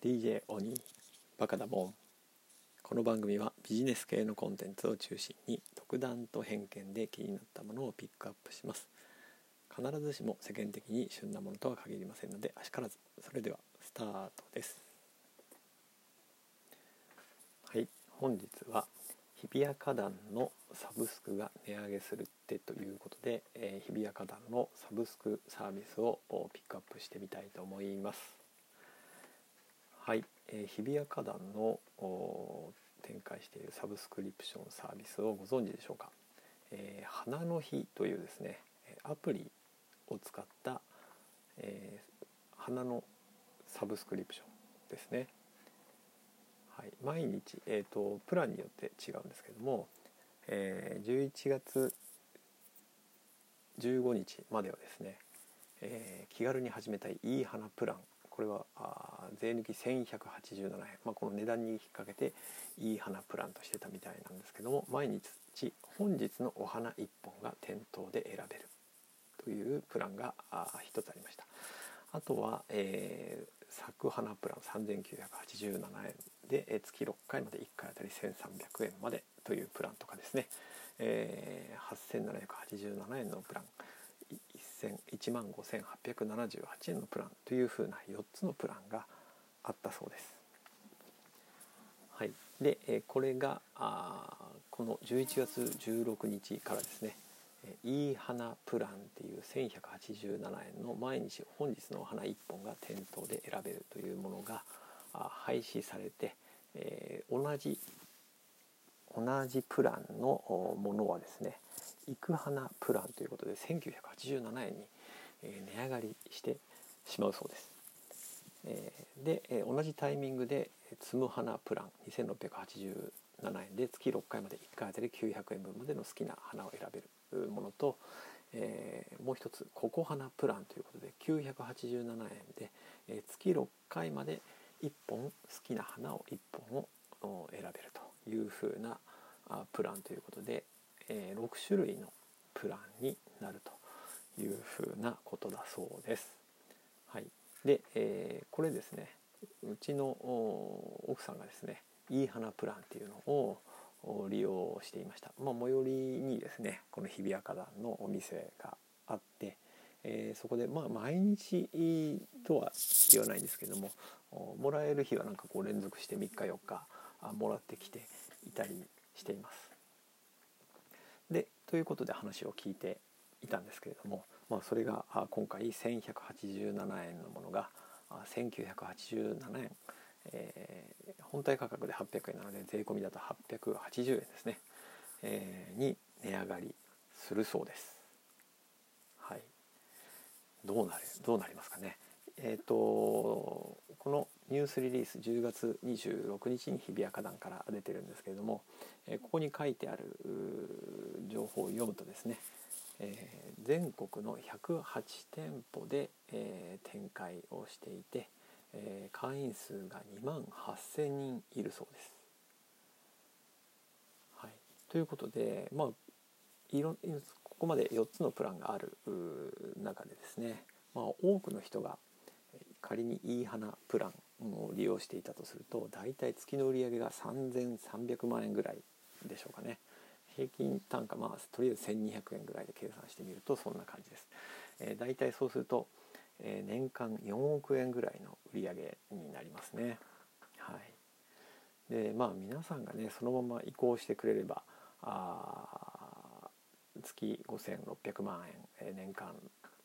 DJ オニーバカだもん。この番組はビジネス系のコンテンツを中心に独断と偏見で気になったものをピックアップします。必ずしも世間的に旬なものとは限りませんのであしからず。それではスタートです。はい、本日は日比谷花壇のサブスクが値上げするってということで、日比谷花壇のサブスクサービスをピックアップしてみたいと思います。はい、日比谷花壇の展開しているサブスクリプションサービスをご存知でしょうか。花の日というですねアプリを使った、花のサブスクリプションですね。はい、毎日、プランによって違うんですけども、11月15日まではですね、気軽に始めたいいい花プラン、これは税抜き1187円、この値段に引っ掛けていい花プランとしてたみたいなんですけども、毎日本日のお花1本が店頭で選べるというプランが一つありました。あとは、咲く花プラン3987円で、月6回まで1回あたり1300円までというプランとかですね、8787円のプラン、15,878円のプランというふうな4つのプランがあったそうです。はい、で、これがこの11月16日からですね、いい花プランっていう1187円の毎日本日のお花1本が店頭で選べるというものが廃止されて、同じプランのものはですね、いく花プランということで1987円に値上がりしてしまうそうです。で、同じタイミングでつむ花プラン2687円で月6回まで1回あたり900円分までの好きな花を選べるものと、もう一つココ花プランということで987円で、月6回まで1本好きな花を1本を選べるというふうなプランということで、6種類のプランになるというふうなことだそうです。はい、で、これですね、うちの奥さんがですねいい花プランっていうのを利用していました。最寄りにですねこの日比谷花壇のお店があって、そこで毎日とは言わないんですけども、もらえる日はなんかこう連続して3日4日もらってきていたりしています。でということで話を聞いていたんですけれども、それが今回1187円のものが1987円、本体価格で800円なので税込みだと880円ですね、に値上がりするそうです。はい、どうなりますかね。このニュースリリース10月26日に日比谷花壇から出てるんですけれども、ここに書いてある情報を読むとですね、全国の108店舗で、展開をしていて、会員数が2万8,000人いるそうです。はい、ということで、ここまで4つのプランがある中でですね、多くの人が仮にいい花プランを利用していたとすると、だいたい月の売上が3300万円ぐらいでしょうかね。平均単価とりあえず1200円ぐらいで計算してみるとそんな感じです。だいたいそうすると、年間4億円ぐらいの売上になりますね。はい、で皆さんがねそのまま移行してくれれば月5600万円、年間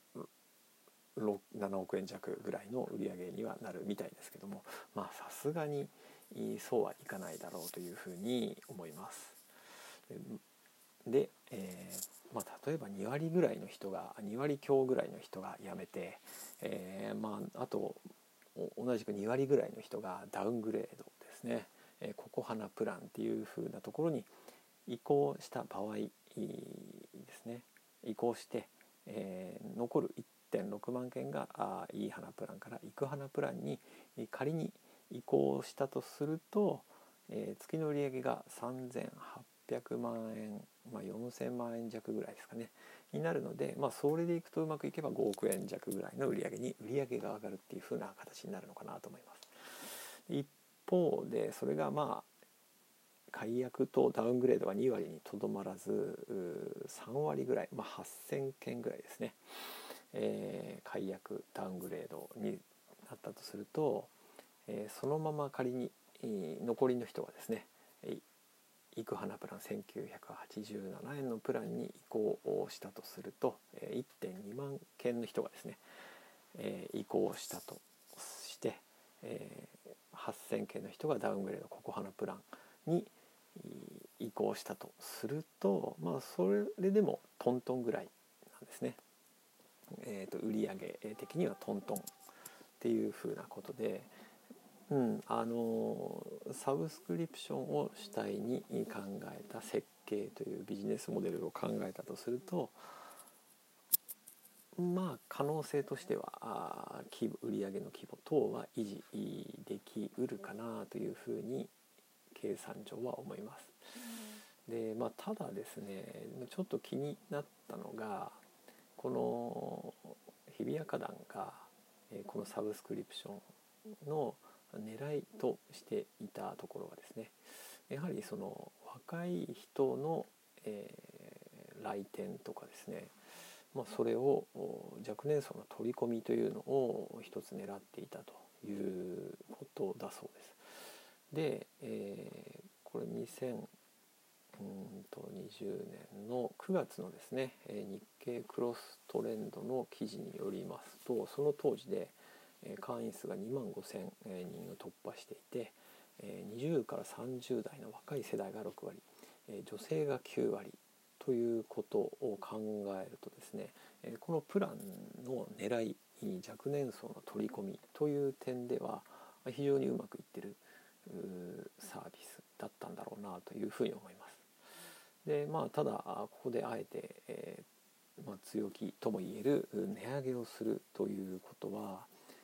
7億円弱ぐらいの売り上げにはなるみたいですけども、さすがにそうはいかないだろうというふうに思います。で、例えば2割ぐらいの人が2割強ぐらいの人が辞めて、あと同じく2割ぐらいの人がダウングレードですね、ココ花プランっていう風なところに移行した場合ですね、移行して、残る 1.6 万件がいい花プランからいく花プランに仮に移行したとすると、月の売上が3800万円、4000万円弱ぐらいですかねになるので、それでいくとうまくいけば5億円弱ぐらいの売上が上がるっていう風な形になるのかなと思います。 一方でそれが解約とダウングレードが2割にとどまらず3割ぐらい、8000件ぐらいですね、解約ダウングレードになったとすると、そのまま仮に残りの人がですねイクハナプラン1987円のプランに移行したとすると 1.2 万件の人がですね移行したとして、8000件の人がダウングレードココハナプランに移行したとすると、それでもトントンぐらいなんですね。売上的にはトントンっていうふうなことで、サブスクリプションを主体に考えた設計というビジネスモデルを考えたとすると、可能性としては売上の規模等は維持できうるかなというふうに計算上は思います。で、ただですね、ちょっと気になったのが、この日比谷花壇がこのサブスクリプションの狙いとしていたところがですね、やはりその若い人の、来店とかですね、それを若年層の取り込みというのを一つ狙っていたということだそうです。で、これ2020年の9月のですね日経クロストレンドの記事によりますと、その当時で会員数が2万5000人を突破していて、20から30代の若い世代が6割、女性が9割ということを考えるとですね、このプランの狙い、若年層の取り込みという点では非常にうまくいってるサービスだったんだろうなというふうに思います。で、ただここであえて、強気とも言える値上げをするということは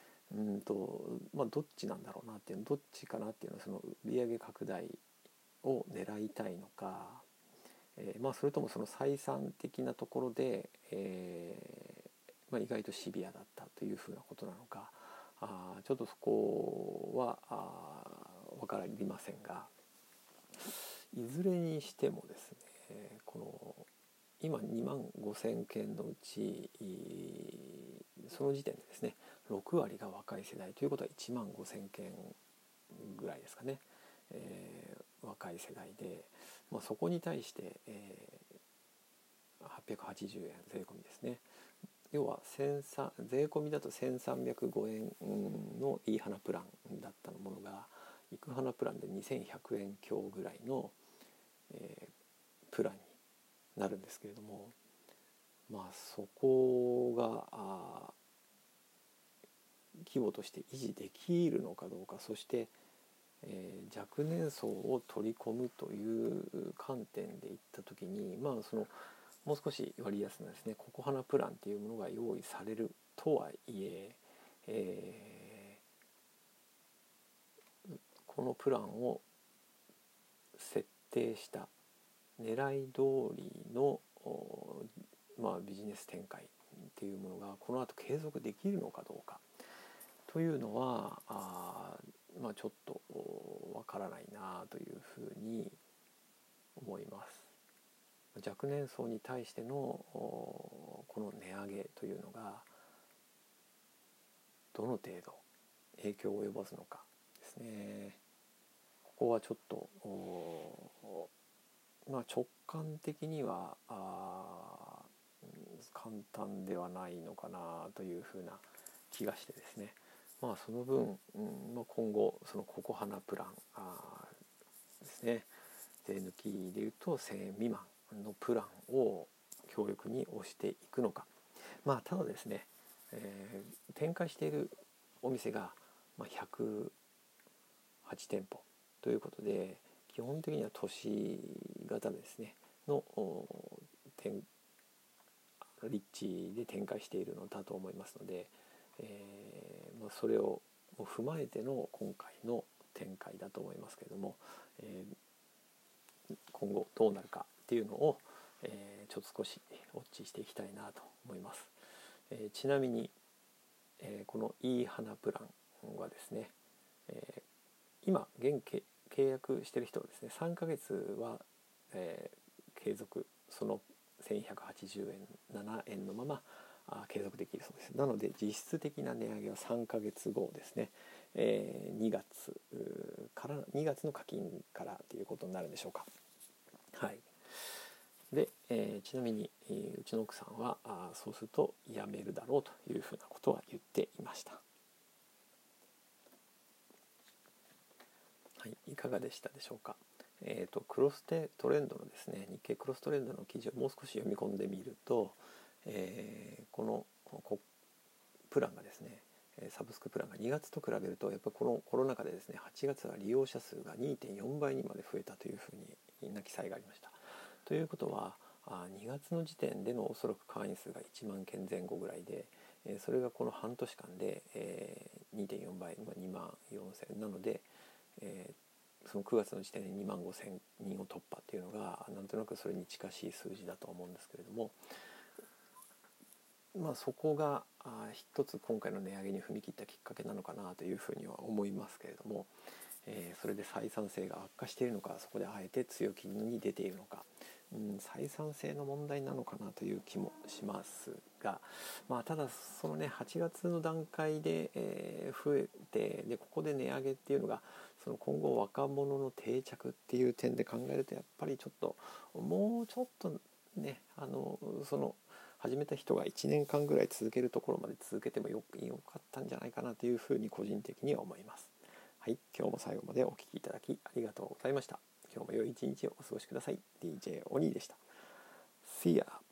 どっちなんだろうなっていうどっちかなっていうのは、その売上拡大を狙いたいのか、それともその採算的なところで、意外とシビアだったというふうなことなのか、ちょっとそこは分かりませんが、いずれにしてもですね、この今2万5000件のうちその時点でですね6割が若い世代ということは1万5000件ぐらいですかね、若い世代で、そこに対して、880円税込みですね。要は税込みだと1305円のいい花プランだったものがいく花プランで2100円強ぐらいの、プランになるんですけれども、そこが規模として維持できるのかどうか、そして、若年層を取り込むという観点でいった時に、そのもう少し割安なですねココハナプランっていうものが用意されるとはいえ、このプランを設定した狙い通りの、ビジネス展開っていうものがこの後継続できるのかどうかというのはちょっとわからないなというふうに思います。若年層に対してのこの値上げというのがどの程度影響を及ぼすのかですね。ここはちょっと直感的には簡単ではないのかなというふうな気がしてですね、その分、今後そのココハナプランですね、税抜きでいうと1000円未満のプランを強力に推していくのか。ただですね、展開しているお店が108店舗ということで、基本的には都市型ですねの立地で展開しているのだと思いますので、それを踏まえての今回の展開だと思いますけれども、今後どうなるかっていうのを、ちょっと少しウォッチしていきたいなと思います。ちなみに、このいい花プランはですね、 今現契約している人はですね3ヶ月は、継続その1180円7円のまま継続できるそうです。なので実質的な値上げは3ヶ月後ですね、2月の課金からということになるんでしょうか。はい。で、ちなみに、うちの奥さんはそうするとやめるだろうというふうなことは言っていました。はい、いかがでしたでしょうか。クロストレンドのですね日経クロストレンドの記事をもう少し読み込んでみると、このプランがですねサブスクプランが2月と比べるとやっぱりこのコロナ禍でですね8月は利用者数が 2.4 倍にまで増えたというふうな記載がありました。ということは2月の時点でのおそらく会員数が1万件前後ぐらいで、それがこの半年間で、2.4 倍、2万4000なので、その9月の時点で2万5000人を突破っていうのがなんとなくそれに近しい数字だと思うんですけれども、そこが一つ今回の値上げに踏み切ったきっかけなのかなというふうには思いますけれども、それで採算性が悪化しているのか、そこであえて強気に出ているのか、採算性の問題なのかなという気もしますが、ただそのね8月の段階で、増えてでここで値上げっていうのがその今後若者の定着っていう点で考えるとやっぱりちょっともうちょっとねその始めた人が1年間ぐらい続けるところまで続けてもよかったんじゃないかなというふうに個人的には思います。はい、今日も最後までお聞きいただきありがとうございました。今日も良い一日をお過ごしください。DJ オニーでした。See ya!